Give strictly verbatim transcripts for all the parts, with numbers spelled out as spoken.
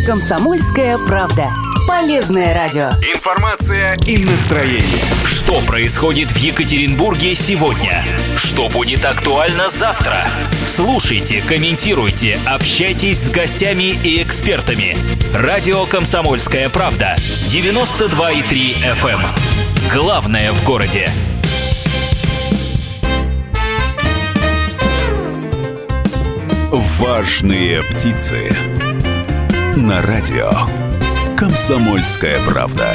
«Комсомольская правда». Полезное радио. Информация и настроение. Что происходит в Екатеринбурге сегодня? Что будет актуально завтра? Слушайте, комментируйте, общайтесь с гостями и экспертами. Радио «Комсомольская правда». девяносто два и три эф эм. Главное в городе. Важные птицы. На радио «Комсомольская правда».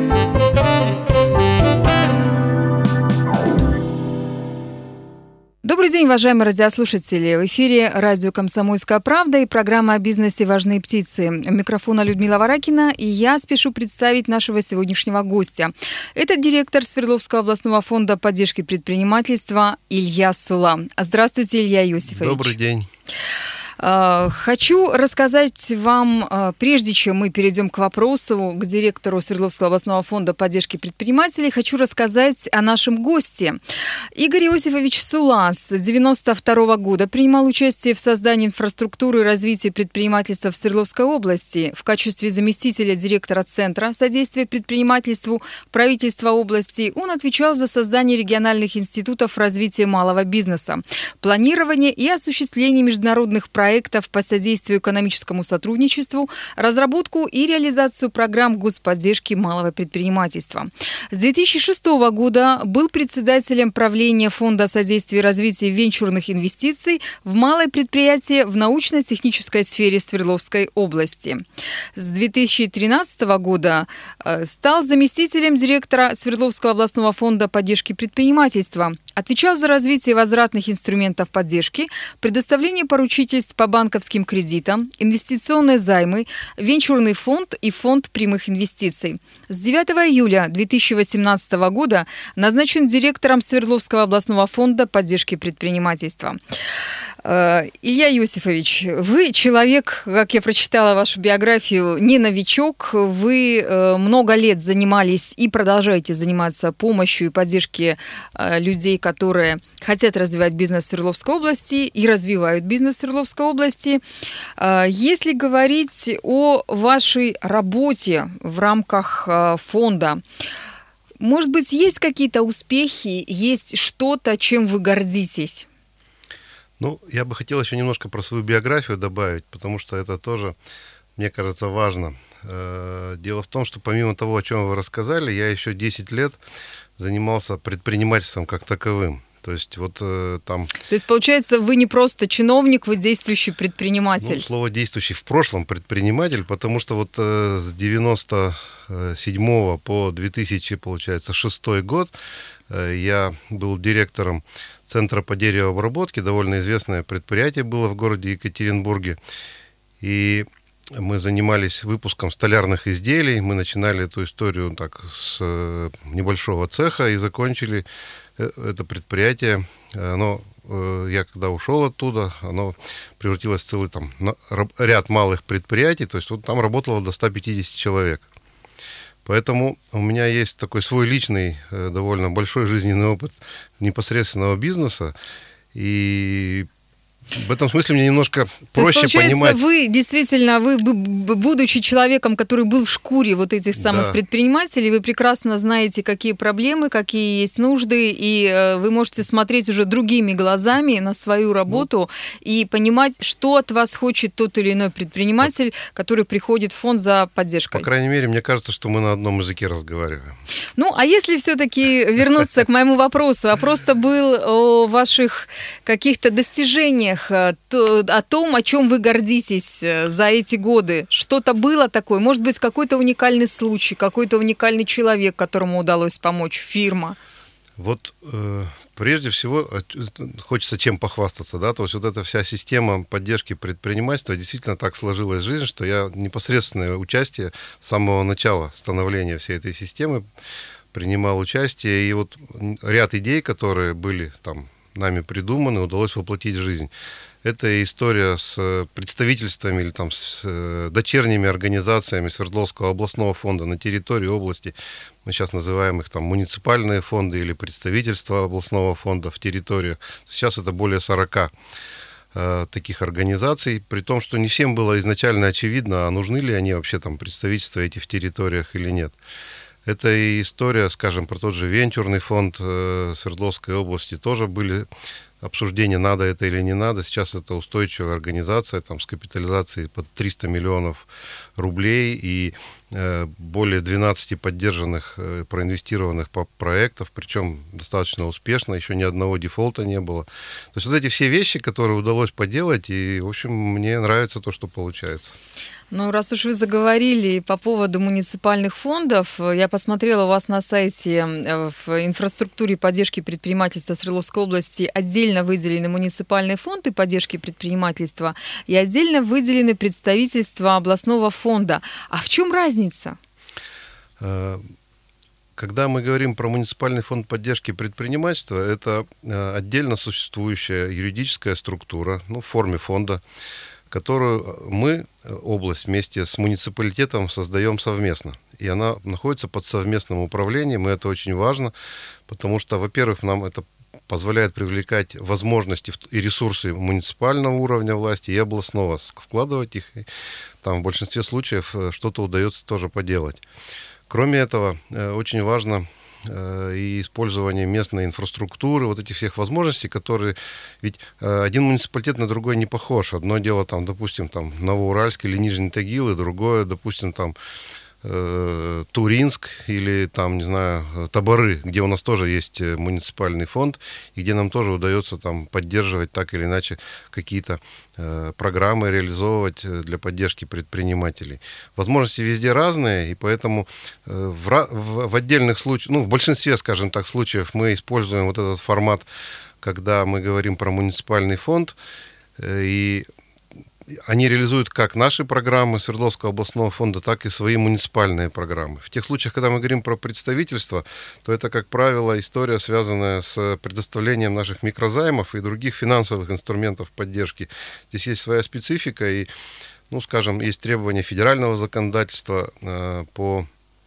Добрый день, уважаемые радиослушатели. В эфире радио «Комсомольская правда» и программа о бизнесе «Важные птицы». У микрофона Людмила Варакина, и я спешу представить нашего сегодняшнего гостя. Это директор Свердловского областного фонда поддержки предпринимательства Илья Сула. Здравствуйте, Илья Иосифович. Добрый день. Хочу рассказать вам, прежде чем мы перейдем к вопросу, к директору Свердловского областного фонда поддержки предпринимателей, хочу рассказать о нашем госте. Игорь Иосифович Сула с девяносто второго года принимал участие в создании инфраструктуры и развития предпринимательства в Свердловской области. В качестве заместителя директора Центра содействия предпринимательству правительства области он отвечал за создание региональных институтов развития малого бизнеса, планирование и осуществление международных проектов, проектов по содействию экономическому сотрудничеству, разработку и реализацию программ господдержки малого предпринимательства. С две тысячи шестого года был председателем правления Фонда содействия и развития венчурных инвестиций в малое предприятие в научно-технической сфере Свердловской области. С две тысячи тринадцатого года стал заместителем директора Свердловского областного фонда поддержки предпринимательства. Отвечал за развитие возвратных инструментов поддержки, предоставление поручительств по банковским кредитам, инвестиционные займы, венчурный фонд и фонд прямых инвестиций. С девятого июля две тысячи восемнадцатого года назначен директором Свердловского областного фонда поддержки предпринимательства. Илья Иосифович, вы человек, как я прочитала вашу биографию, не новичок. Вы много лет занимались и продолжаете заниматься помощью и поддержкой людей, которые хотят развивать бизнес в Свердловской области и развивают бизнес в Свердловской области. Если говорить о вашей работе в рамках фонда, может быть, есть какие-то успехи, есть что-то, чем вы гордитесь? Ну, я бы хотел еще немножко про свою биографию добавить, потому что это тоже, мне кажется, важно. Дело в том, что помимо того, о чем вы рассказали, я еще десять лет занимался предпринимательством как таковым. То есть вот э, там... То есть, получается, вы не просто чиновник, вы действующий предприниматель. Ну, слово «действующий» в прошлом предприниматель, потому что вот э, с девяносто седьмого по две тысячи, получается, шестой год э, я был директором Центра по деревообработке, довольно известное предприятие было в городе Екатеринбурге. И мы занимались выпуском столярных изделий, мы начинали эту историю так с небольшого цеха и закончили это предприятие. Оно, я когда ушел оттуда, оно превратилось в целый там ряд малых предприятий, то есть вот там работало до ста пятидесяти человек. Поэтому у меня есть такой свой личный, довольно большой жизненный опыт непосредственного бизнеса, и в этом смысле мне немножко проще понимать. Получается, вы действительно, вы, будучи человеком, который был в шкуре вот этих самых да. предпринимателей, вы прекрасно знаете, какие проблемы, какие есть нужды, и вы можете смотреть уже другими глазами на свою работу ну, и понимать, что от вас хочет тот или иной предприниматель, вот, который приходит в фонд за поддержкой. По крайней мере, мне кажется, что мы на одном языке разговариваем. Ну, а если все-таки вернуться к моему вопросу, вопрос-то был о ваших каких-то достижениях, о том, о чем вы гордитесь за эти годы. Что-то было такое? Может быть, какой-то уникальный случай, какой-то уникальный человек, которому удалось помочь, фирма? Вот э, прежде всего хочется чем похвастаться, да, то есть вот эта вся система поддержки предпринимательства, действительно так сложилась жизнь, что я непосредственное участие с самого начала становления всей этой системы принимал участие, и вот ряд идей, которые были там нами придуманы, удалось воплотить в жизнь. Это история с представительствами или там с дочерними организациями Свердловского областного фонда на территории области. Мы сейчас называем их там муниципальные фонды или представительства областного фонда в территории. Сейчас это более сорока. таких организаций, при том, что не всем было изначально очевидно, а нужны ли они вообще там представительства эти в территориях или нет. Это и история, скажем, про тот же венчурный фонд Свердловской области, тоже были обсуждения, надо это или не надо. Сейчас это устойчивая организация там, с капитализацией под триста миллионов рублей и э, более двенадцати поддержанных, э, проинвестированных по проектов, причем достаточно успешно, еще ни одного дефолта не было. То есть вот эти все вещи, которые удалось поделать, и, в общем, мне нравится то, что получается. Ну, раз уж вы заговорили по поводу муниципальных фондов, я посмотрела у вас на сайте в инфраструктуре поддержки предпринимательства Свердловской области отдельно выделены муниципальные фонды поддержки предпринимательства и отдельно выделены представительства областного фонда. А в чем разница? Когда мы говорим про муниципальный фонд поддержки предпринимательства, это отдельно существующая юридическая структура, ну, в форме фонда, которую мы, область, вместе с муниципалитетом создаем совместно. И она находится под совместным управлением, и это очень важно, потому что, во-первых, нам это позволяет привлекать возможности и ресурсы муниципального уровня власти и областного, складывать их, и там в большинстве случаев что-то удается тоже поделать. Кроме этого, очень важно и использование местной инфраструктуры, вот этих всех возможностей, которые... Ведь один муниципалитет на другой не похож. Одно дело, там, допустим, там, Новоуральск или Нижний Тагил, и другое, допустим, там, э, Туринск или, там, не знаю, Таборы, где у нас тоже есть муниципальный фонд, и где нам тоже удается там поддерживать так или иначе какие-то э, программы, реализовывать для поддержки предпринимателей. Возможности везде разные, и поэтому э, в, в, в отдельных случаях, ну, в большинстве, скажем так, случаев мы используем вот этот формат, когда мы говорим про муниципальный фонд, э, и они реализуют как наши программы Свердловского областного фонда, так и свои муниципальные программы. В тех случаях, когда мы говорим про представительство, то это, как правило, история, связанная с предоставлением наших микрозаймов и других финансовых инструментов поддержки. Здесь есть своя специфика, и, ну, скажем, есть требования федерального законодательства э, по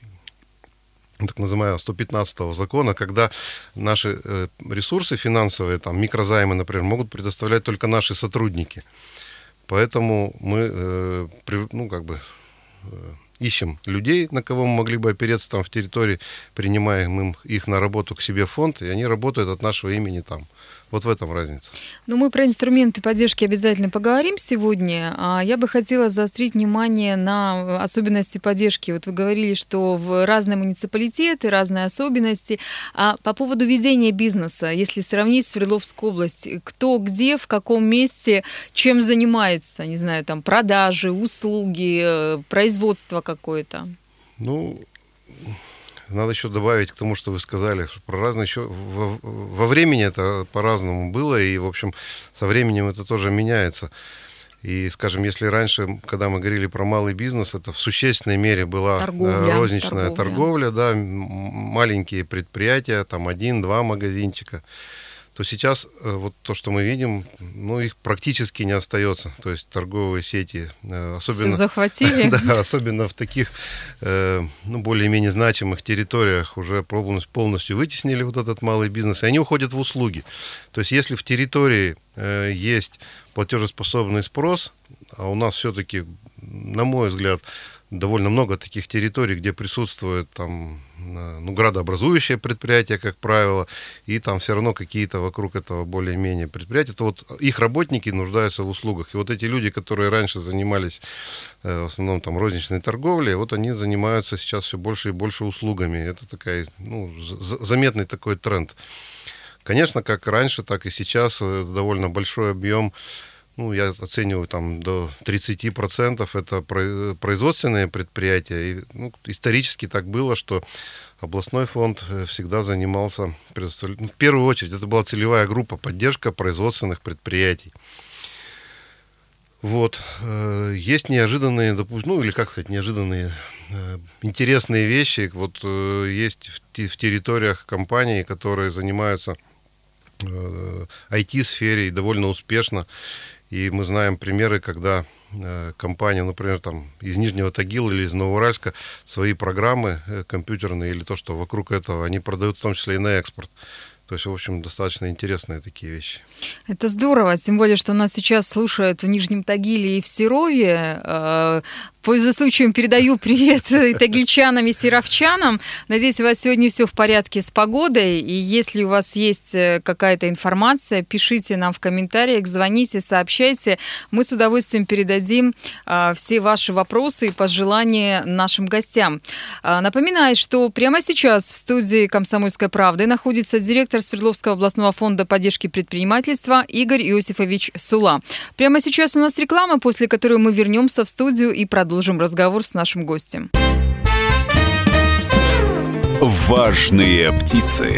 так называемого сто пятнадцатого закона, когда наши э, ресурсы финансовые, там, микрозаймы, например, могут предоставлять только наши сотрудники. Поэтому мы, э, при, ну, как бы, э, ищем людей, на кого мы могли бы опереться там в территории, принимаем им, их на работу к себе в фонд, и они работают от нашего имени там. Вот в этом разница. Ну, мы про инструменты поддержки обязательно поговорим сегодня. А я бы хотела заострить внимание на особенности поддержки. Вот вы говорили, что в разные муниципалитеты, разные особенности. А по поводу ведения бизнеса, если сравнить Свердловскую область, кто где, в каком месте, чем занимается? Не знаю, там продажи, услуги, производство какое-то. Ну... Надо еще добавить к тому, что вы сказали, про разные еще во, во времени это по-разному было, и, в общем, со временем это тоже меняется. И, скажем, если раньше, когда мы говорили про малый бизнес, это в существенной мере была торговля, розничная торговля, торговля, да, маленькие предприятия, там один-два магазинчика, то сейчас вот то, что мы видим, ну, их практически не остается. То есть торговые сети, особенно... Все захватили? Да, особенно в таких, ну, более-менее значимых территориях уже полностью вытеснили вот этот малый бизнес, и они уходят в услуги. То есть если в территории есть платежеспособный спрос, а у нас все-таки, на мой взгляд, довольно много таких территорий, где присутствует там, ну, градообразующее предприятие, как правило, и там все равно какие-то вокруг этого более-менее предприятия, то вот их работники нуждаются в услугах. И вот эти люди, которые раньше занимались в основном там розничной торговлей, вот они занимаются сейчас все больше и больше услугами. Это такая, ну, заметный такой тренд. Конечно, как раньше, так и сейчас довольно большой объем. Ну, я оцениваю там до тридцати процентов это производственные предприятия. И, ну, исторически так было, что областной фонд всегда занимался, ну, в первую очередь, это была целевая группа поддержка производственных предприятий. Вот. Есть неожиданные, ну, или как сказать, неожиданные, интересные вещи. Вот есть в территориях компаний, которые занимаются ай ти-сфере и довольно успешно. И мы знаем примеры, когда э, компания, например, там, из Нижнего Тагила или из Новоуральска свои программы э, компьютерные или то, что вокруг этого, они продают в том числе и на экспорт. То То есть, в общем, достаточно интересные такие вещи. Это здорово, тем более, что нас сейчас слушают в Нижнем Тагиле и в Серове. Пользуясь случаем, передаю привет и тагильчанам, и серовчанам. Надеюсь, у вас сегодня все в порядке с погодой. И если у вас есть какая-то информация, пишите нам в комментариях, звоните, сообщайте. Мы с удовольствием передадим а, все ваши вопросы и пожелания нашим гостям. А, напоминаю, что прямо сейчас в студии «Комсомольской правды» находится директор Свердловского областного фонда поддержки предпринимательства Игорь Иосифович Сула. Прямо сейчас у нас реклама, после которой мы вернемся в студию и продолжим. Продолжим разговор с нашим гостем. Важные птицы.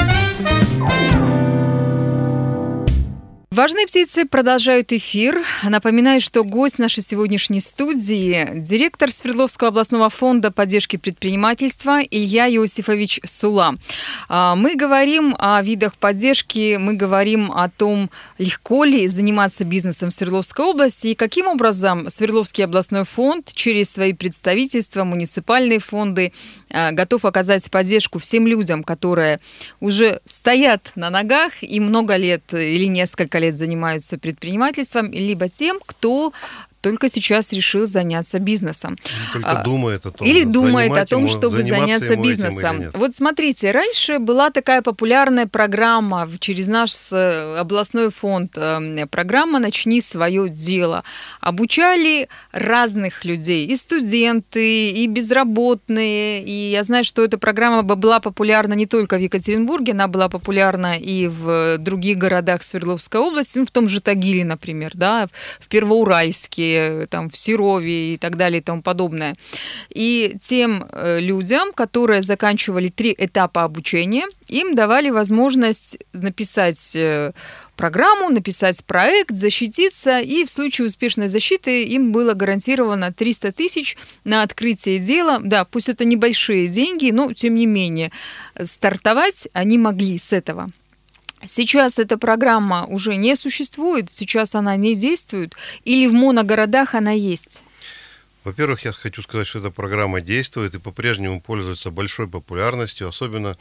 Важные птицы продолжают эфир. Напоминаю, что гость нашей сегодняшней студии – директор Свердловского областного фонда поддержки предпринимательства Илья Иосифович Сула. Мы говорим о видах поддержки, мы говорим о том, легко ли заниматься бизнесом в Свердловской области и каким образом Свердловский областной фонд через свои представительства, муниципальные фонды готов оказать поддержку всем людям, которые уже стоят на ногах и много лет или несколько лет занимаются предпринимательством, либо тем, кто только сейчас решил заняться бизнесом. Только а, думает о том, или думает о том, ему, чтобы заняться бизнесом. Вот смотрите, раньше была такая популярная программа через наш областной фонд, программа «Начни свое дело». Обучали разных людей, и студенты, и безработные. И я знаю, что эта программа была популярна не только в Екатеринбурге, она была популярна и в других городах Свердловской области, ну, в том же Тагиле, например, да, в Первоуральске, там, в Серове и так далее и тому подобное. И тем людям, которые заканчивали три этапа обучения, им давали возможность написать программу, написать проект, защититься, и в случае успешной защиты им было гарантировано триста тысяч на открытие дела. Да, пусть это небольшие деньги, но тем не менее стартовать они могли с этого. Сейчас эта программа уже не существует, сейчас она не действует, или в моногородах она есть? Во-первых, я хочу сказать, что эта программа действует и по-прежнему пользуется большой популярностью, особенно,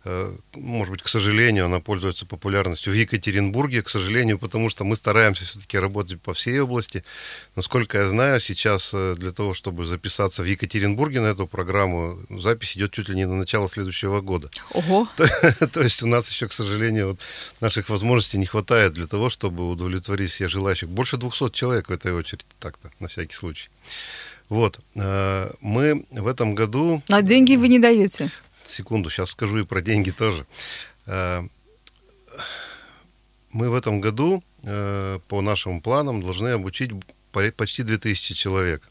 может быть, к сожалению, она пользуется популярностью в Екатеринбурге, к сожалению, потому что мы стараемся все-таки работать по всей области. Насколько я знаю, сейчас для того, чтобы записаться в Екатеринбурге на эту программу, запись идет чуть ли не на начало следующего года. Ого! То, то есть у нас еще, к сожалению, вот наших возможностей не хватает для того, чтобы удовлетворить всех желающих. Больше двухсот человек в этой очереди, так-то, на всякий случай. Вот, мы в этом году... А деньги вы не даете? Секунду, сейчас скажу и про деньги тоже. Мы в этом году по нашим планам должны обучить почти две тысячи человек.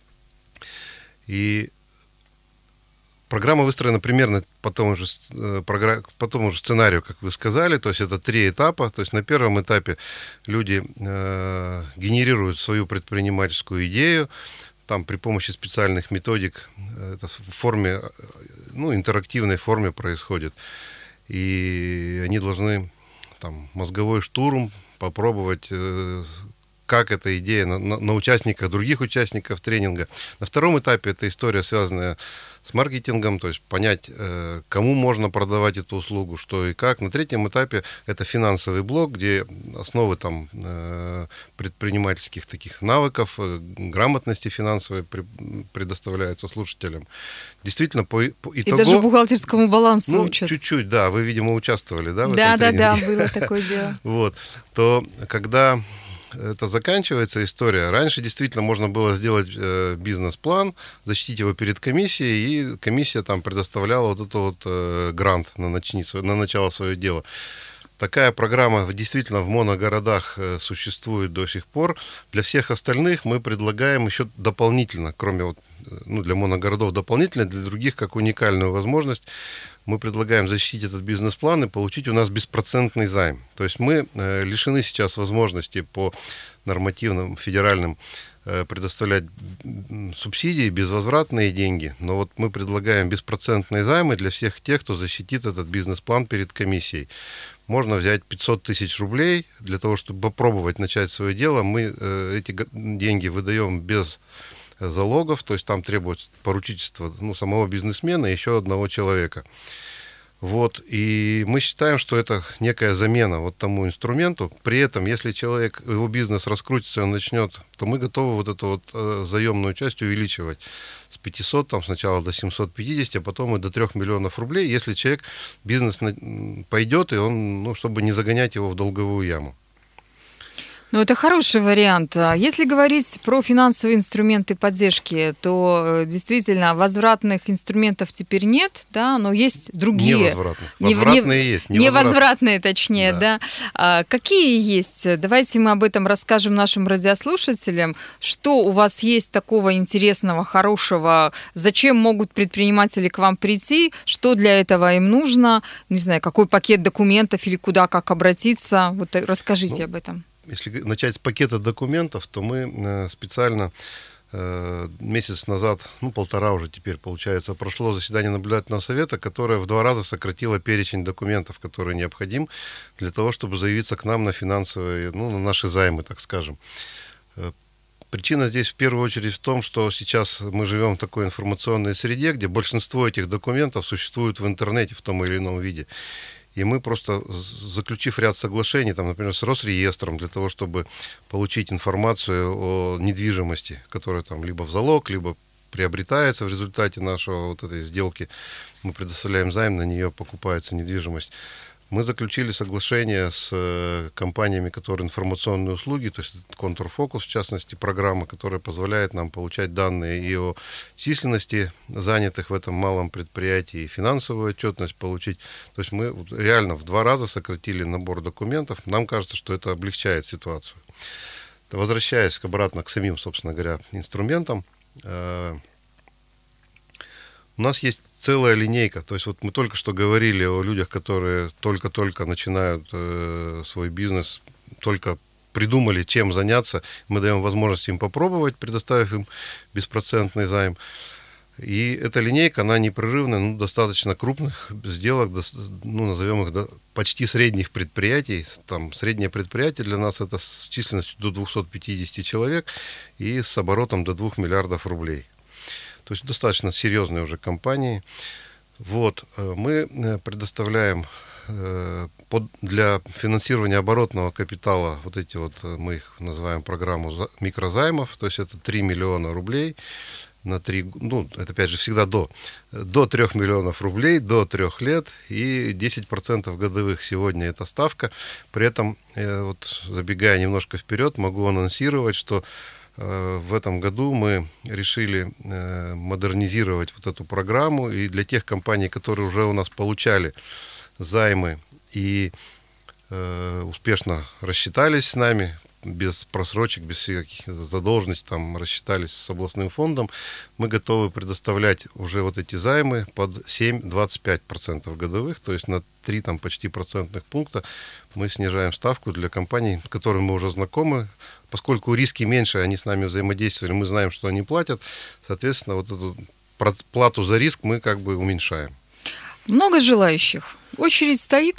И программа выстроена примерно по тому же, по тому же сценарию, как вы сказали. То есть это три этапа. То есть на первом этапе люди генерируют свою предпринимательскую идею. Там при помощи специальных методик, это в форме, ну, интерактивной форме происходит. И они должны там мозговой штурм попробовать, как эта идея на, на, на участниках, других участников тренинга. На втором этапе это история, связанная с маркетингом, то есть понять, кому можно продавать эту услугу, что и как. На третьем этапе это финансовый блок, где основы там предпринимательских таких навыков, грамотности финансовой предоставляются слушателям. Действительно, по, по итогу... И даже бухгалтерскому балансу ну, учат. Чуть-чуть, да. Вы, видимо, участвовали, да, в да, этом да, тренинге? Да, да, было такое дело. Вот. То, когда это заканчивается история, раньше действительно можно было сделать э, бизнес-план, защитить его перед комиссией, и комиссия там предоставляла вот этот вот э, грант на, начни, на начало свое дело. Такая программа действительно в моногородах э, существует до сих пор. Для всех остальных мы предлагаем еще дополнительно, кроме вот, ну, для моногородов дополнительно, для других как уникальную возможность, мы предлагаем защитить этот бизнес-план и получить у нас беспроцентный займ. То есть мы э, лишены сейчас возможности по нормативным федеральным э, предоставлять субсидии, безвозвратные деньги. Но вот мы предлагаем беспроцентные займы для всех тех, кто защитит этот бизнес-план перед комиссией. Можно взять пятьсот тысяч рублей для того, чтобы попробовать начать свое дело. Мы э, эти деньги выдаем без залогов, то есть там требуется поручительство, ну, самого бизнесмена и еще одного человека. Вот, и мы считаем, что это некая замена вот тому инструменту. При этом, если человек, его бизнес раскрутится, он начнет, то мы готовы вот эту вот э, заемную часть увеличивать с пятисот там, сначала до семисот пятидесяти, а потом и до трёх миллионов рублей, если человек, бизнес пойдет, и он, ну, чтобы не загонять его в долговую яму. Ну, это хороший вариант. Если говорить про финансовые инструменты поддержки, то действительно возвратных инструментов теперь нет, да, но есть другие. Невозвратные. Возвратные не, есть. Невозвратные, невозвратные точнее, да. да. А какие есть? Давайте мы об этом расскажем нашим радиослушателям. Что у вас есть такого интересного, хорошего? Зачем могут предприниматели к вам прийти? Что для этого им нужно? Не знаю, какой пакет документов или куда, как обратиться? Вот расскажите ну, об этом. Если начать с пакета документов, то мы специально э, месяц назад, ну полтора уже теперь получается, прошло заседание наблюдательного совета, которое в два раза сократило перечень документов, которые необходим для того, чтобы заявиться к нам на финансовые, ну, на наши займы, так скажем. Причина здесь в первую очередь в том, что сейчас мы живем в такой информационной среде, где большинство этих документов существует в интернете в том или ином виде. И мы просто, заключив ряд соглашений, там, например, с Росреестром, для того, чтобы получить информацию о недвижимости, которая там либо в залог, либо приобретается в результате нашего вот этой сделки, мы предоставляем займ, на нее покупается недвижимость. Мы заключили соглашение с компаниями, которые информационные услуги, то есть Контурфокус, в частности, программа, которая позволяет нам получать данные и о численности занятых в этом малом предприятии, и финансовую отчетность получить. То есть мы реально в два раза сократили набор документов. Нам кажется, что это облегчает ситуацию. Возвращаясь обратно к самим, собственно говоря, инструментам, у нас есть целая линейка. То есть вот мы только что говорили о людях, которые только-только начинают э, свой бизнес, только придумали, чем заняться. Мы даем возможность им попробовать, предоставив им беспроцентный займ. И эта линейка, она непрерывная, ну, достаточно крупных сделок, ну, назовем их до, почти средних предприятий. Там среднее предприятие для нас это с численностью до двухсот пятидесяти человек и с оборотом до двух миллиардов рублей. То есть достаточно серьезные уже компании. Вот, мы предоставляем для финансирования оборотного капитала, вот эти вот, мы их называем программу микрозаймов, то есть это три миллиона рублей на три, ну, это опять же всегда до, до трёх миллионов рублей, до трех лет, и десять процентов годовых сегодня эта ставка. При этом, вот, забегая немножко вперед, могу анонсировать, что в этом году мы решили модернизировать вот эту программу, и для тех компаний, которые уже у нас получали займы и успешно рассчитались с нами, без просрочек, без всяких задолженностей, там рассчитались с областным фондом, мы готовы предоставлять уже вот эти займы под семь целых двадцать пять сотых процента годовых, то есть на три там, почти процентных пункта мы снижаем ставку для компаний, с которыми мы уже знакомы. Поскольку риски меньше, они с нами взаимодействовали, мы знаем, что они платят, соответственно, вот эту плату за риск мы как бы уменьшаем. Много желающих? Очередь стоит?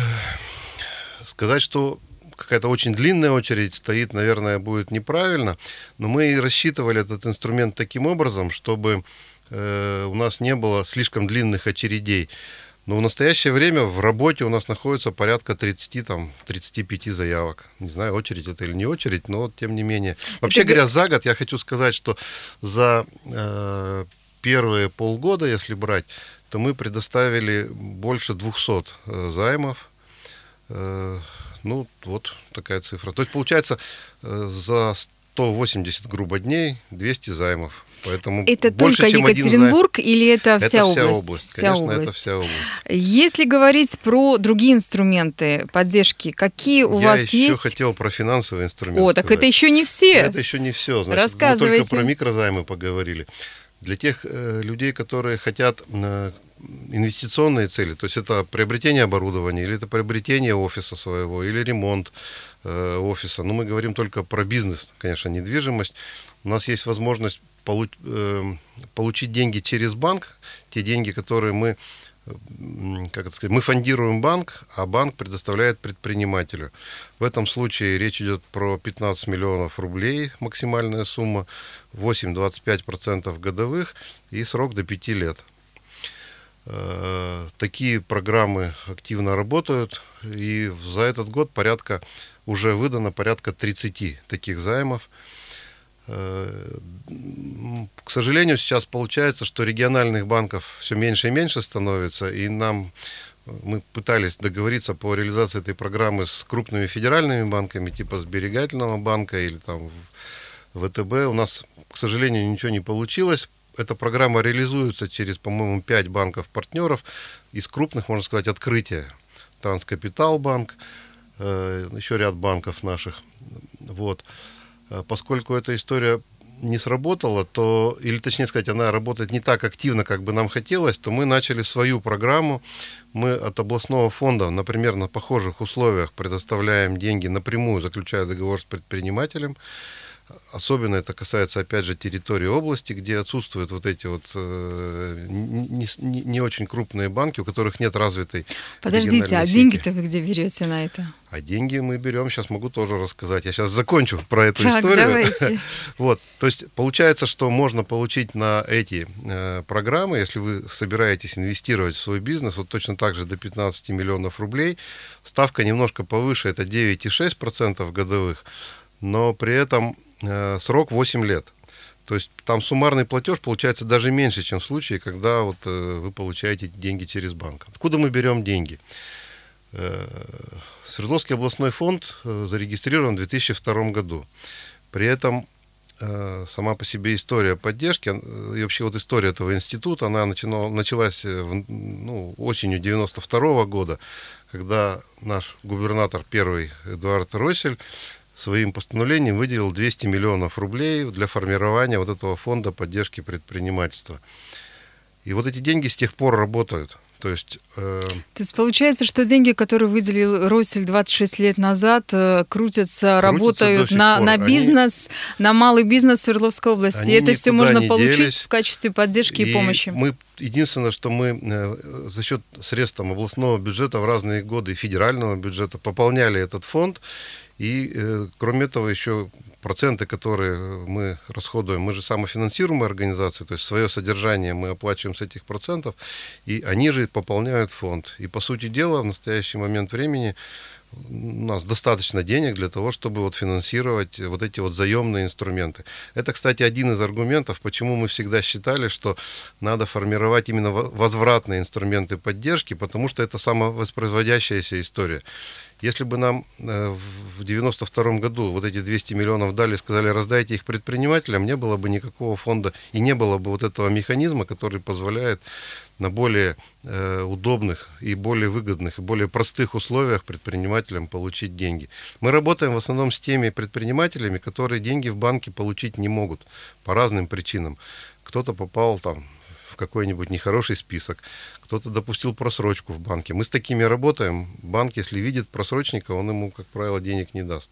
Сказать, что какая-то очень длинная очередь стоит, наверное, будет неправильно, но мы рассчитывали этот инструмент таким образом, чтобы э, у нас не было слишком длинных очередей. Но в настоящее время в работе у нас находится порядка тридцати, там, тридцати пяти заявок. Не знаю, очередь это или не очередь, но тем не менее. Вообще это... говоря, за год я хочу сказать, что за э, первые полгода, если брать, то мы предоставили больше двухсот э, займов. Э, ну, вот такая цифра. То есть, получается, э, за сто восемьдесят, грубо, дней двести займов. Поэтому это больше, только Екатеринбург или это вся это область? Вся область. Вся Конечно, область. это вся область. Если говорить про другие инструменты поддержки, какие у Я вас есть? Я еще хотел про финансовые инструменты О, так сказать. это еще не все. Это еще не все. Значит, рассказывайте. Мы только про микрозаймы поговорили. Для тех э, людей, которые хотят э, инвестиционные цели, то есть это приобретение оборудования, или это приобретение офиса своего, или ремонт э, офиса. Но мы говорим только про бизнес, конечно, недвижимость. У нас есть возможность получ, э, получить деньги через банк, те деньги, которые мы, как это сказать, мы фондируем банк, а банк предоставляет предпринимателю. В этом случае речь идет про пятнадцать миллионов рублей, максимальная сумма, восемь целых двадцать пять сотых процента годовых и срок до пяти лет. Такие программы активно работают, и за этот год порядка уже выдано порядка тридцати таких займов. К сожалению, сейчас получается, что региональных банков все меньше и меньше становится, и нам мы пытались договориться по реализации этой программы с крупными федеральными банками, типа Сберегательного банка или там ВТБ. У нас, к сожалению, ничего не получилось. Эта программа реализуется через, по-моему, пять банков-партнеров. Из крупных, можно сказать, Открытие, Транскапитал банк, э, еще ряд банков наших. Вот. Поскольку эта история не сработала, то, или точнее сказать, она работает не так активно, как бы нам хотелось, то мы начали свою программу. Мы от областного фонда, например, на похожих условиях предоставляем деньги напрямую, заключая договор с предпринимателем. Особенно это касается, опять же, территории области, где отсутствуют вот эти вот э, не, не, не очень крупные банки, у которых нет развитой Подождите, а сети. деньги-то вы где берете на это? А деньги мы берем, сейчас могу тоже рассказать. Я сейчас закончу про эту так, историю. Давайте. Вот, то есть получается, что можно получить на эти э, программы, если вы собираетесь инвестировать в свой бизнес, вот точно так же до пятнадцати миллионов рублей. Ставка немножко повыше, это девять целых шесть десятых процента годовых, но при этом э, срок восемь лет. То есть там суммарный платеж получается даже меньше, чем в случае, когда вот, э, вы получаете деньги через банк. Откуда мы берем деньги? Э, Свердловский областной фонд э, зарегистрирован в две тысячи втором году. При этом э, сама по себе история поддержки, э, и вообще вот история этого института, она начинала, началась в, ну, осенью девяносто второго года, когда наш губернатор первый Эдуард Россель своим постановлением выделил двести миллионов рублей для формирования вот этого фонда поддержки предпринимательства. И вот эти деньги с тех пор работают. То есть, э... То есть получается, что деньги, которые выделил Россель двадцать шесть лет назад, крутятся, крутятся работают на, на бизнес, Они... на малый бизнес Свердловской области. Они и это все можно получить делись. в качестве поддержки и, и помощи. Мы, единственное, что мы э, за счет средств там, областного бюджета в разные годы и федерального бюджета пополняли этот фонд. И, э, кроме этого, еще проценты, которые мы расходуем, мы же самофинансируемая организация, то есть свое содержание мы оплачиваем с этих процентов, и они же пополняют фонд. И, по сути дела, в настоящий момент времени у нас достаточно денег для того, чтобы вот финансировать вот эти вот заемные инструменты. Это, кстати, один из аргументов, почему мы всегда считали, что надо формировать именно возвратные инструменты поддержки, потому что это самовоспроизводящаяся история. Если бы нам в девяносто втором году вот эти двести миллионов дали, сказали, раздайте их предпринимателям, не было бы никакого фонда и не было бы вот этого механизма, который позволяет на более э, удобных и более выгодных и более простых условиях предпринимателям получить деньги. Мы работаем в основном с теми предпринимателями, которые деньги в банке получить не могут по разным причинам. Кто-то попал там в какой-нибудь нехороший список, кто-то допустил просрочку в банке. Мы с такими работаем. Банк, если видит просрочника, он ему, как правило, денег не даст.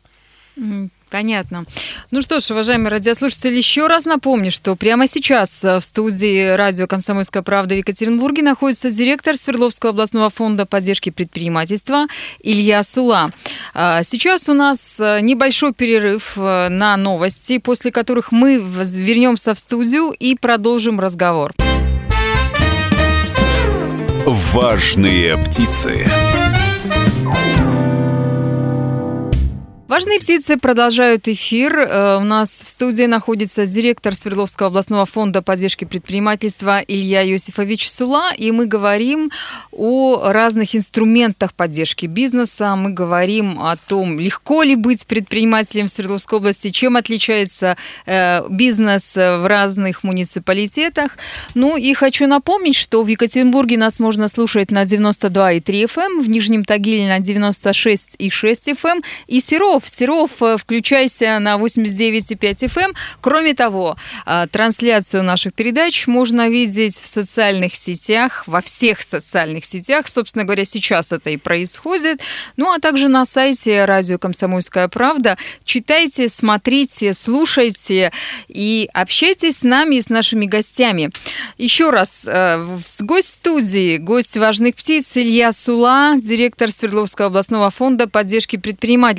Понятно. Ну что ж, уважаемые радиослушатели, еще раз напомню, что прямо сейчас в студии радио «Комсомольская правда» в Екатеринбурге находится директор Свердловского областного фонда поддержки предпринимательства Илья Сула. Сейчас у нас небольшой перерыв на новости, после которых мы вернемся в студию и продолжим разговор. Важные птицы. Важные птицы продолжают эфир. У нас в студии находится директор Свердловского областного фонда поддержки предпринимательства Илья Иосифович Сула, и мы говорим о разных инструментах поддержки бизнеса. Мы говорим о том, легко ли быть предпринимателем в Свердловской области, чем отличается бизнес в разных муниципалитетах. Ну и хочу напомнить, что в Екатеринбурге нас можно слушать на девяносто два и три эф эм, в Нижнем Тагиле на девяносто шесть и шесть эф эм и Серов. Серов, включайся на восемьдесят девять и пять эф эм. Кроме того, трансляцию наших передач можно видеть в социальных сетях, во всех социальных сетях. Собственно говоря, сейчас это и происходит. Ну, а также на сайте радио «Комсомольская правда». Читайте, смотрите, слушайте и общайтесь с нами и с нашими гостями. Еще раз, гость студии, гость «Важных птиц» Илья Сула, директор Свердловского областного фонда поддержки предпринимательства. У нас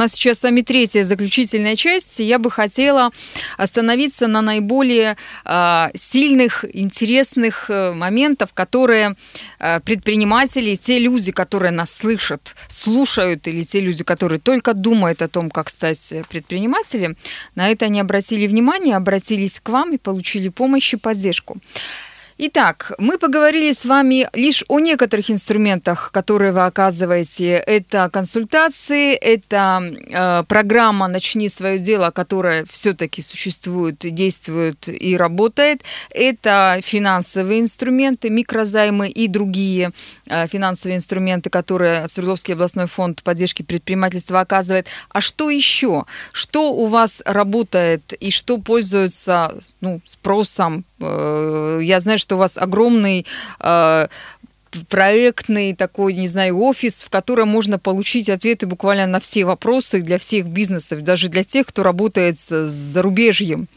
нас сейчас с вами третья заключительная часть. Я бы хотела остановиться на наиболее э, сильных, интересных э, моментах, которые э, предприниматели, те люди, которые нас слышат, слушают, или те люди, которые только думают о том, как стать предпринимателем, на это они обратили внимание, обратились к вам и получили помощь и поддержку. Итак, мы поговорили с вами лишь о некоторых инструментах, которые вы оказываете. Это консультации, это э, программа «Начни свое дело», которая все-таки существует, действует и работает. Это финансовые инструменты, микрозаймы и другие э, финансовые инструменты, которые Свердловский областной фонд поддержки предпринимательства оказывает. А что еще? Что у вас работает и что пользуется ну, спросом? Э, я знаю, что у вас огромный э, проектный такой, не знаю, офис, в котором можно получить ответы буквально на все вопросы для всех бизнесов, даже для тех, кто работает с зарубежьем.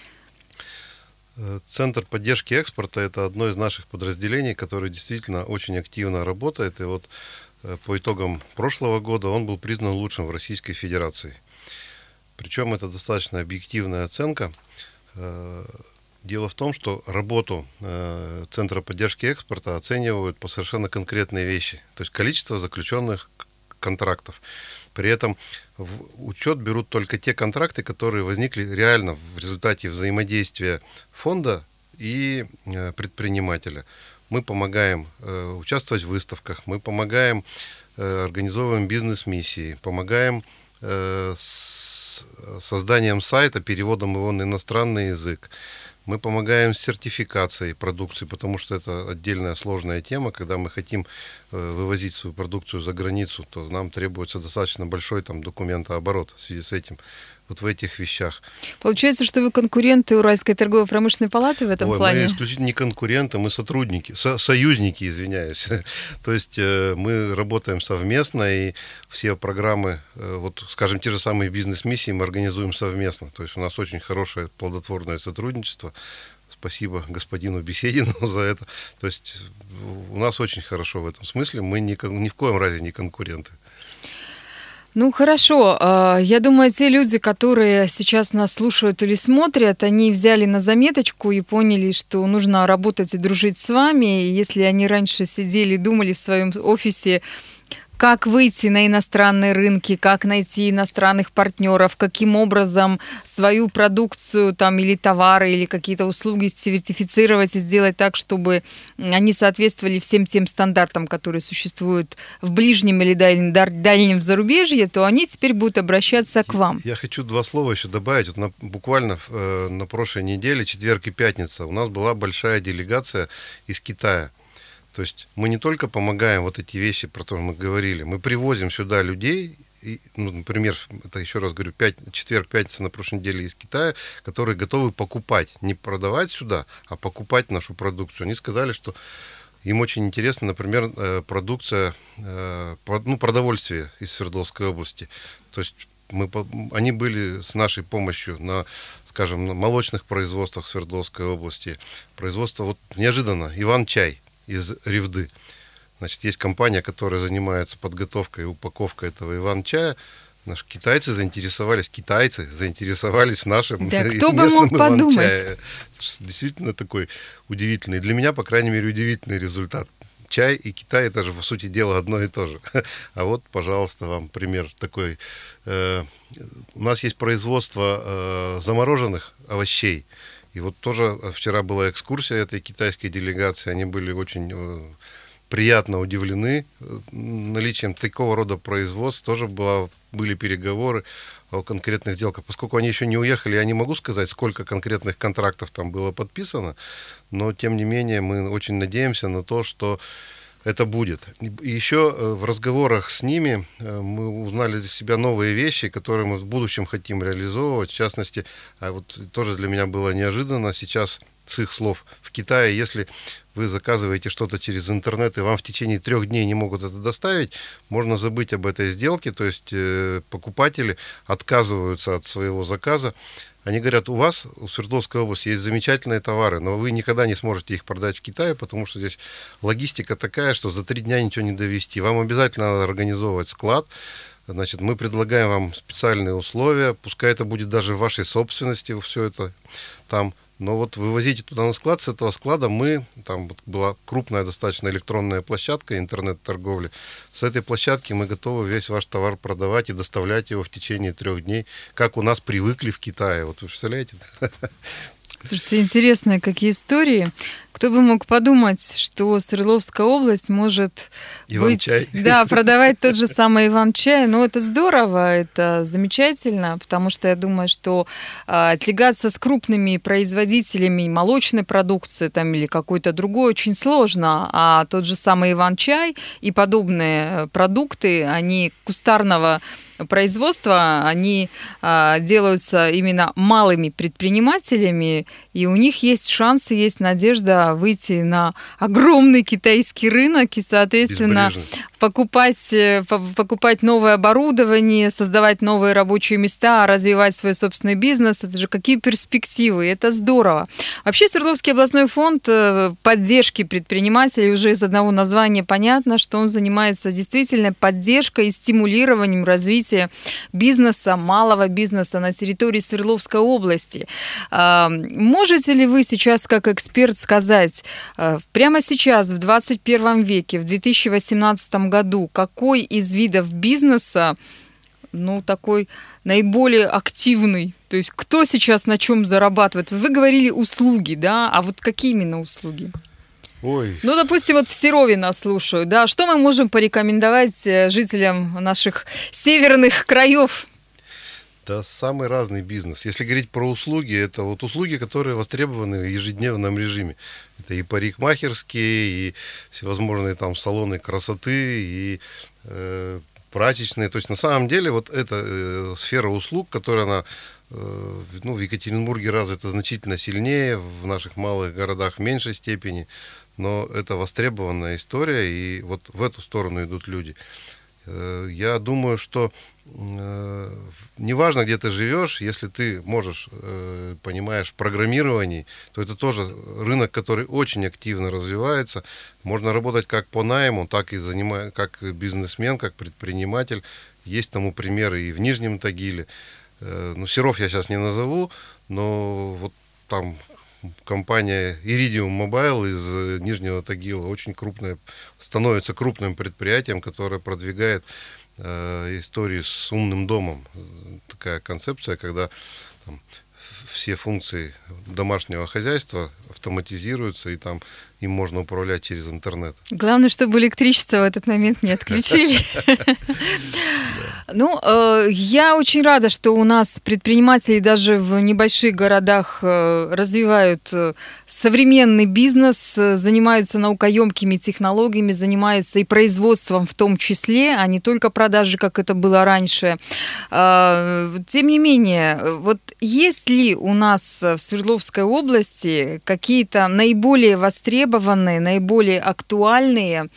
Центр поддержки экспорта – это одно из наших подразделений, которое действительно очень активно работает. И вот по итогам прошлого года он был признан лучшим в Российской Федерации. Причем это достаточно объективная оценка. Дело в том, что работу э, Центра поддержки экспорта оценивают по совершенно конкретные вещи, то есть количество заключенных контрактов. При этом в учет берут только те контракты, которые возникли реально в результате взаимодействия фонда и э, предпринимателя. Мы помогаем э, участвовать в выставках, мы помогаем, э, организовываем бизнес-миссии, помогаем э, с созданием сайта, переводом его на иностранный язык. Мы помогаем с сертификацией продукции, потому что это отдельная сложная тема. Когда мы хотим вывозить свою продукцию за границу, то нам требуется достаточно большой там документооборот в связи с этим, вот в этих вещах. Получается, что вы конкуренты Уральской торгово-промышленной палаты в этом Ой, плане? Мы исключительно не конкуренты, мы сотрудники, со- союзники, извиняюсь. То есть э, мы работаем совместно, и все программы, э, вот, скажем, те же самые бизнес-миссии мы организуем совместно. То есть у нас очень хорошее плодотворное сотрудничество. Спасибо господину Беседину за это. То есть у нас очень хорошо в этом смысле. Мы ни, ни в коем разе не конкуренты. Ну, хорошо. Я думаю, те люди, которые сейчас нас слушают или смотрят, они взяли на заметочку и поняли, что нужно работать и дружить с вами. И если они раньше сидели и думали в своем офисе, как выйти на иностранные рынки, как найти иностранных партнеров, каким образом свою продукцию там, или товары, или какие-то услуги сертифицировать и сделать так, чтобы они соответствовали всем тем стандартам, которые существуют в ближнем или дальнем, дальнем зарубежье, то они теперь будут обращаться к вам. Я хочу два слова еще добавить. Вот на, буквально э, на прошлой неделе, четверг и пятница, у нас была большая делегация из Китая. То есть мы не только помогаем вот эти вещи, про которые мы говорили, мы привозим сюда людей, и, ну, например, это еще раз говорю, пять, четверг, пятница на прошлой неделе из Китая, которые готовы покупать, не продавать сюда, а покупать нашу продукцию. Они сказали, что им очень интересна, например, продукция, ну, продовольствие из Свердловской области. То есть мы, они были с нашей помощью на, скажем, на молочных производствах Свердловской области. Производство, вот неожиданно, Иван-чай из Ревды. Значит, есть компания, которая занимается подготовкой и упаковкой этого Иван-чая. Наши китайцы заинтересовались, китайцы заинтересовались нашим да, местным кто бы мог подумать. Иван-чаем. Действительно такой удивительный, для меня, по крайней мере, удивительный результат. Чай и Китай — это же, по сути дела, одно и то же. А вот, пожалуйста, вам пример такой. У нас есть производство замороженных овощей. И вот тоже вчера была экскурсия этой китайской делегации. Они были очень приятно удивлены наличием такого рода производств. Тоже была, были переговоры о конкретных сделках. Поскольку они еще не уехали, я не могу сказать, сколько конкретных контрактов там было подписано. Но, тем не менее, мы очень надеемся на то, что это будет. И еще в разговорах с ними мы узнали для себя новые вещи, которые мы в будущем хотим реализовывать. В частности, вот тоже для меня было неожиданно сейчас, с их слов, в Китае, если вы заказываете что-то через интернет, и вам в течение трех дней не могут это доставить, можно забыть об этой сделке, то есть покупатели отказываются от своего заказа. Они говорят, у вас, у Свердловской области, есть замечательные товары, но вы никогда не сможете их продать в Китае, потому что здесь логистика такая, что за три дня ничего не довезти. Вам обязательно надо организовывать склад, Значит, мы предлагаем вам специальные условия, пускай это будет даже в вашей собственности, все это там. Но вот вывозите туда на склад, с этого склада мы, там вот была крупная достаточно электронная площадка интернет-торговли, с этой площадки мы готовы весь ваш товар продавать и доставлять его в течение трех дней, как у нас привыкли в Китае. Вот вы представляете? Слушайте, интересные какие истории. Кто бы мог подумать, что Свердловская область может быть, да, продавать тот же самый Иван-чай. Но это здорово, это замечательно, потому что я думаю, что а, тягаться с крупными производителями молочной продукции там, или какой-то другой очень сложно. А тот же самый Иван-чай и подобные продукты, они кустарного производства, они а, делаются именно малыми предпринимателями, и у них есть шансы, есть надежда выйти на огромный китайский рынок и, соответственно, покупать, покупать новое оборудование, создавать новые рабочие места, развивать свой собственный бизнес. Это же какие перспективы, это здорово. Вообще Свердловский областной фонд поддержки предпринимателей, уже из одного названия понятно, что он занимается действительно поддержкой и стимулированием развития бизнеса, малого бизнеса на территории Свердловской области. Можете ли вы сейчас, как эксперт, сказать, прямо сейчас, в двадцать первом веке, в две тысячи восемнадцатом году, какой из видов бизнеса, ну, такой наиболее активный? То есть кто сейчас на чем зарабатывает? Вы говорили услуги, да? А вот какие именно услуги? Ой. Ну, допустим, вот в Серове нас слушают, да? Что мы можем порекомендовать жителям наших северных краев? Да, самый разный бизнес. Если говорить про услуги, это вот услуги, которые востребованы в ежедневном режиме. Это и парикмахерские, и всевозможные там салоны красоты, и э, прачечные. То есть на самом деле вот эта э, сфера услуг, которая она, э, ну, в Екатеринбурге развита значительно сильнее, в наших малых городах в меньшей степени, но это востребованная история, и вот в эту сторону идут люди. Э, я думаю, что э, неважно, где ты живешь, если ты можешь, э, понимаешь, в программировании, то это тоже рынок, который очень активно развивается. Можно работать как по найму, так и занимать, как бизнесмен, как предприниматель. Есть тому примеры и в Нижнем Тагиле. Э, ну, Серов я сейчас не назову, но вот там компания Iridium Mobile из Нижнего Тагила очень крупная, становится крупным предприятием, которое продвигает истории с умным домом. Такая концепция, когда там все функции домашнего хозяйства автоматизируются, и там им можно управлять через интернет. Главное, чтобы электричество в этот момент не отключили. Ну, я очень рада, что у нас предприниматели даже в небольших городах развивают современный бизнес, занимаются наукоемкими технологиями, занимаются и производством в том числе, а не только продажей, как это было раньше. Тем не менее, вот есть ли у нас в Свердловской области какие-то наиболее востребованные, наиболее актуальные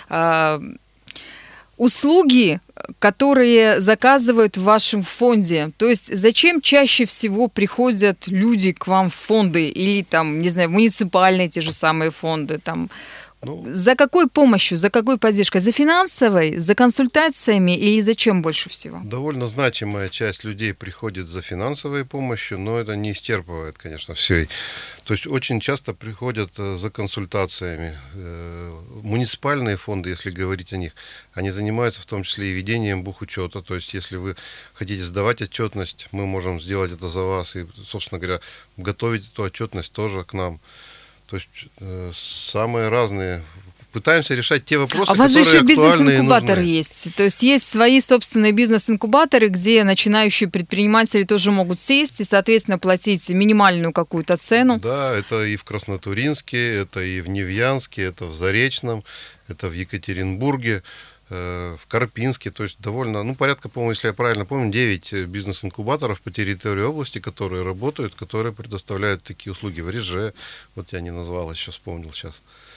услуги, которые заказывают в вашем фонде? То есть зачем чаще всего приходят люди к вам в фонды или там, не знаю, муниципальные те же самые фонды? Там, ну, за какой помощью, за какой поддержкой? За финансовой, за консультациями или зачем больше всего? Довольно значимая часть людей приходит за финансовой помощью, но это не исчерпывает, конечно, все. То есть очень часто приходят за консультациями. Муниципальные фонды, если говорить о них, они занимаются в том числе и ведением бухучета. То есть если вы хотите сдавать отчетность, мы можем сделать это за вас и, собственно говоря, готовить эту отчетность тоже к нам. То есть самые разные. Пытаемся решать те вопросы, которые актуальны. А у вас же еще бизнес-инкубатор есть. То есть есть свои собственные бизнес-инкубаторы, где начинающие предприниматели тоже могут сесть и, соответственно, платить минимальную какую-то цену. Да, это и в Краснотуринске, это и в Невьянске, это в Заречном, это в Екатеринбурге, в Карпинске. То есть довольно, ну, порядка, по-моему, если я правильно помню, девять бизнес-инкубаторов по территории области, которые работают, которые предоставляют такие услуги. В Реже, вот я не назвал, еще вспомнил сейчас.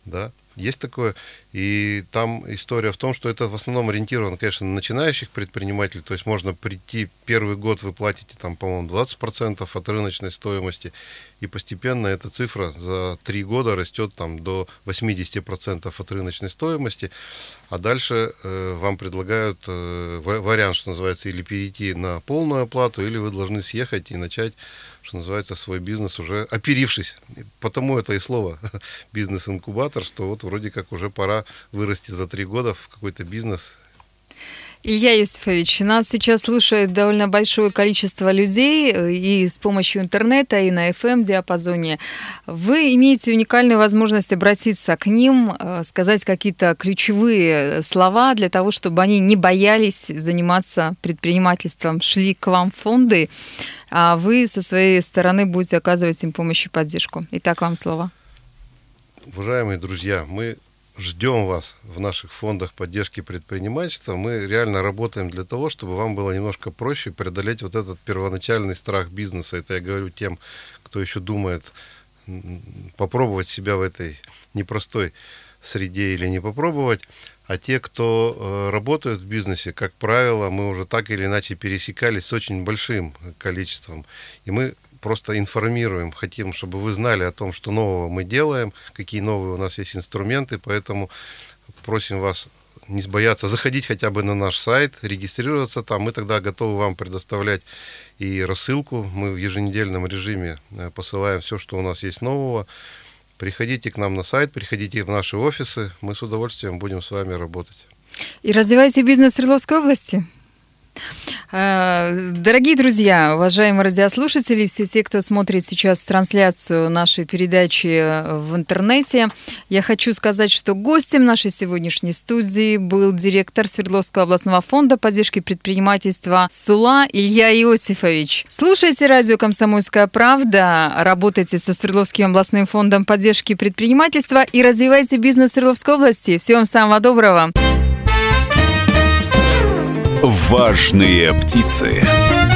да, есть такое. И там история в том, что это в основном ориентировано, конечно, на начинающих предпринимателей. То есть можно прийти, первый год вы платите, там, по-моему, двадцать процентов от рыночной стоимости, и постепенно эта цифра за три года растет там, до восемьдесят процентов от рыночной стоимости. А дальше э, вам предлагают э, вариант, что называется, или перейти на полную оплату, или вы должны съехать и начать, что называется, свой бизнес уже оперившись. Потому это и слово бизнес-инкубатор, что вот вроде как уже пора вырасти за три года в какой-то бизнес. Илья Иосифович, нас сейчас слушает довольно большое количество людей и с помощью интернета, и на эф эм-диапазоне. Вы имеете уникальную возможность обратиться к ним, сказать какие-то ключевые слова для того, чтобы они не боялись заниматься предпринимательством, шли к вам в фонды, а вы со своей стороны будете оказывать им помощь и поддержку. Итак, вам слово. Уважаемые друзья, мы ждем вас в наших фондах поддержки предпринимательства. Мы реально работаем для того, чтобы вам было немножко проще преодолеть вот этот первоначальный страх бизнеса. Это я говорю тем, кто еще думает попробовать себя в этой непростой среде или не попробовать. А те, кто э, работают в бизнесе, как правило, мы уже так или иначе пересекались с очень большим количеством. И мы просто информируем, хотим, чтобы вы знали о том, что нового мы делаем, какие новые у нас есть инструменты, поэтому просим вас не бояться заходить хотя бы на наш сайт, регистрироваться там, мы тогда готовы вам предоставлять и рассылку, мы в еженедельном режиме посылаем все, что у нас есть нового. Приходите к нам на сайт, приходите в наши офисы, мы с удовольствием будем с вами работать. И развивайте бизнес в Свердловской области. Дорогие друзья, уважаемые радиослушатели, все те, кто смотрит сейчас трансляцию нашей передачи в интернете, я хочу сказать, что гостем нашей сегодняшней студии был директор Свердловского областного фонда поддержки предпринимательства СУЛА Илья Иосифович. Слушайте радио «Комсомольская правда», работайте со Свердловским областным фондом поддержки предпринимательства и развивайте бизнес в Свердловской области. Всего вам самого доброго! Важные птицы.